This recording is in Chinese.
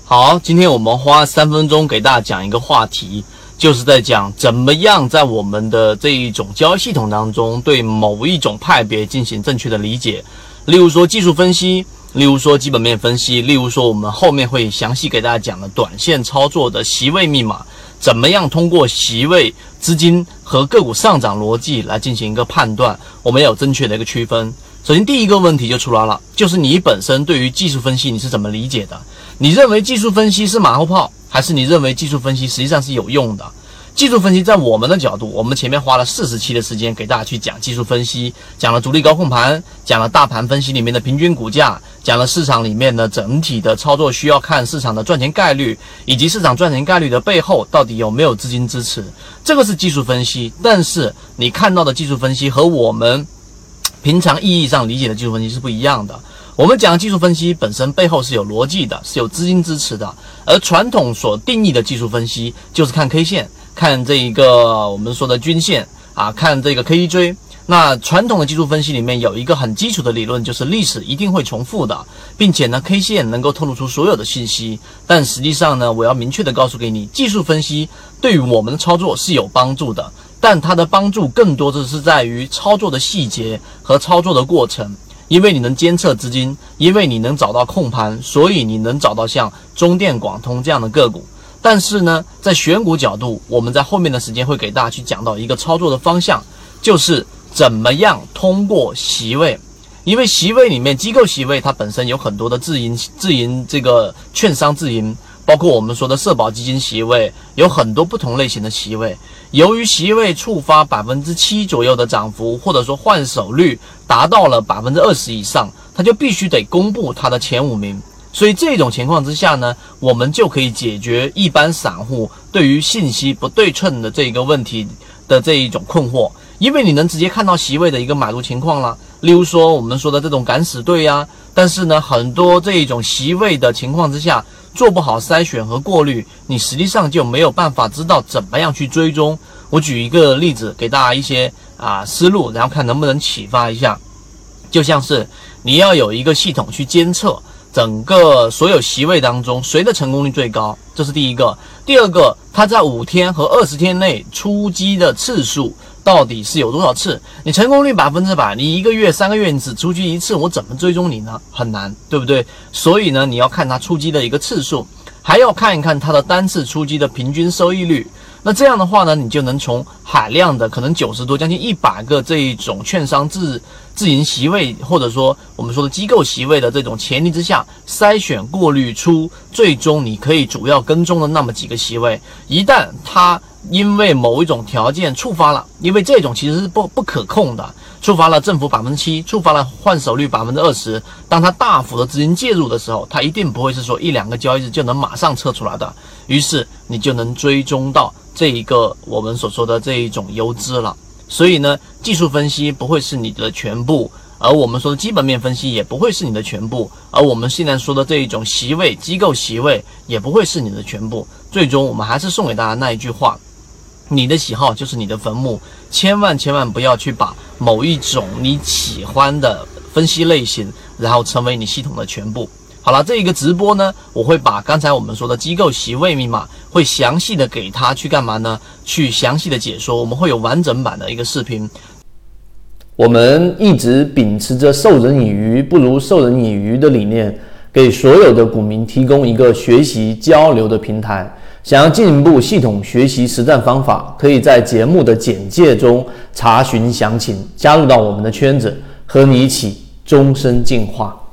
好，今天我们花3分钟给大家讲一个话题，就是在讲怎么样在我们的这一种交易系统当中对某一种派别进行正确的理解。例如说技术分析，例如说基本面分析，例如说我们后面会详细给大家讲的短线操作的席位密码，怎么样通过席位、资金和个股上涨逻辑来进行一个判断，我们要有正确的一个区分。首先第一个问题就出来了，就是你本身对于技术分析你是怎么理解的？你认为技术分析是马后炮，还是你认为技术分析实际上是有用的？技术分析在我们的角度，我们前面花了40期的时间给大家去讲技术分析，讲了主力高控盘，讲了大盘分析里面的平均股价，讲了市场里面的整体的操作需要看市场的赚钱概率，以及市场赚钱概率的背后到底有没有资金支持，这个是技术分析。但是你看到的技术分析和我们平常意义上理解的技术分析是不一样的。我们讲技术分析本身背后是有逻辑的，是有资金支持的，而传统所定义的技术分析就是看 K 线，看这一个我们说的均线啊，看这个 KDJ。那传统的技术分析里面有一个很基础的理论，就是历史一定会重复的，并且呢 K 线能够透露出所有的信息。但实际上呢，我要明确的告诉给你，技术分析对于我们的操作是有帮助的，但它的帮助更多的是在于操作的细节和操作的过程。因为你能监测资金，因为你能找到控盘，所以你能找到像中电、广通这样的个股。但是呢，在选股角度，我们在后面的时间会给大家去讲到一个操作的方向，就是怎么样通过席位。因为席位里面，机构席位它本身有很多的自营这个券商自营，包括我们说的社保基金席位，有很多不同类型的席位。由于席位触发 7% 左右的涨幅，或者说换手率达到了 20% 以上，它就必须得公布它的前5名。所以这种情况之下呢，我们就可以解决一般散户对于信息不对称的这个问题的这一种困惑。因为你能直接看到席位的一个买入情况了，例如说我们说的这种敢死队啊，但是呢，很多这一种席位的情况之下，做不好筛选和过滤，你实际上就没有办法知道怎么样去追踪。我举一个例子给大家一些思路，然后看能不能启发一下。就像是你要有一个系统去监测整个所有席位当中谁的成功率最高，这是第一个。第二个，它在5天和20天内出击的次数到底是有多少次？你成功率100%，你1个月、3个月你只出击1次，我怎么追踪你呢？很难，对不对？所以呢，你要看它出击的一个次数，还要看一看它的单次出击的平均收益率。那这样的话呢，你就能从海量的可能90多、将近100个这一种券商自营席位，或者说我们说的机构席位的这种前提之下，筛选过滤出最终你可以主要跟踪的那么几个席位。一旦它因为某一种条件触发了，因为这种其实是不可控的，触发了振幅 7%， 触发了换手率 20%， 当它大幅的资金介入的时候，它一定不会是说1-2个交易日就能马上测出来的，于是你就能追踪到这一个我们所说的这一种游资了。所以呢，技术分析不会是你的全部，而我们说的基本面分析也不会是你的全部，而我们现在说的这一种席位、机构席位也不会是你的全部。最终我们还是送给大家那一句话，你的喜好就是你的坟墓，千万不要去把某一种你喜欢的分析类型然后成为你系统的全部。好了，这一个直播呢，我会把刚才我们说的机构席位密码会详细的给他去干嘛呢？去详细的解说，我们会有完整版的一个视频。 我们一直秉持着授人以鱼不如授人以渔的理念，给所有的股民提供一个学习交流的平台。想要进一步系统学习实战方法，可以在节目的简介中查询详情，加入到我们的圈子，和你一起终身进化。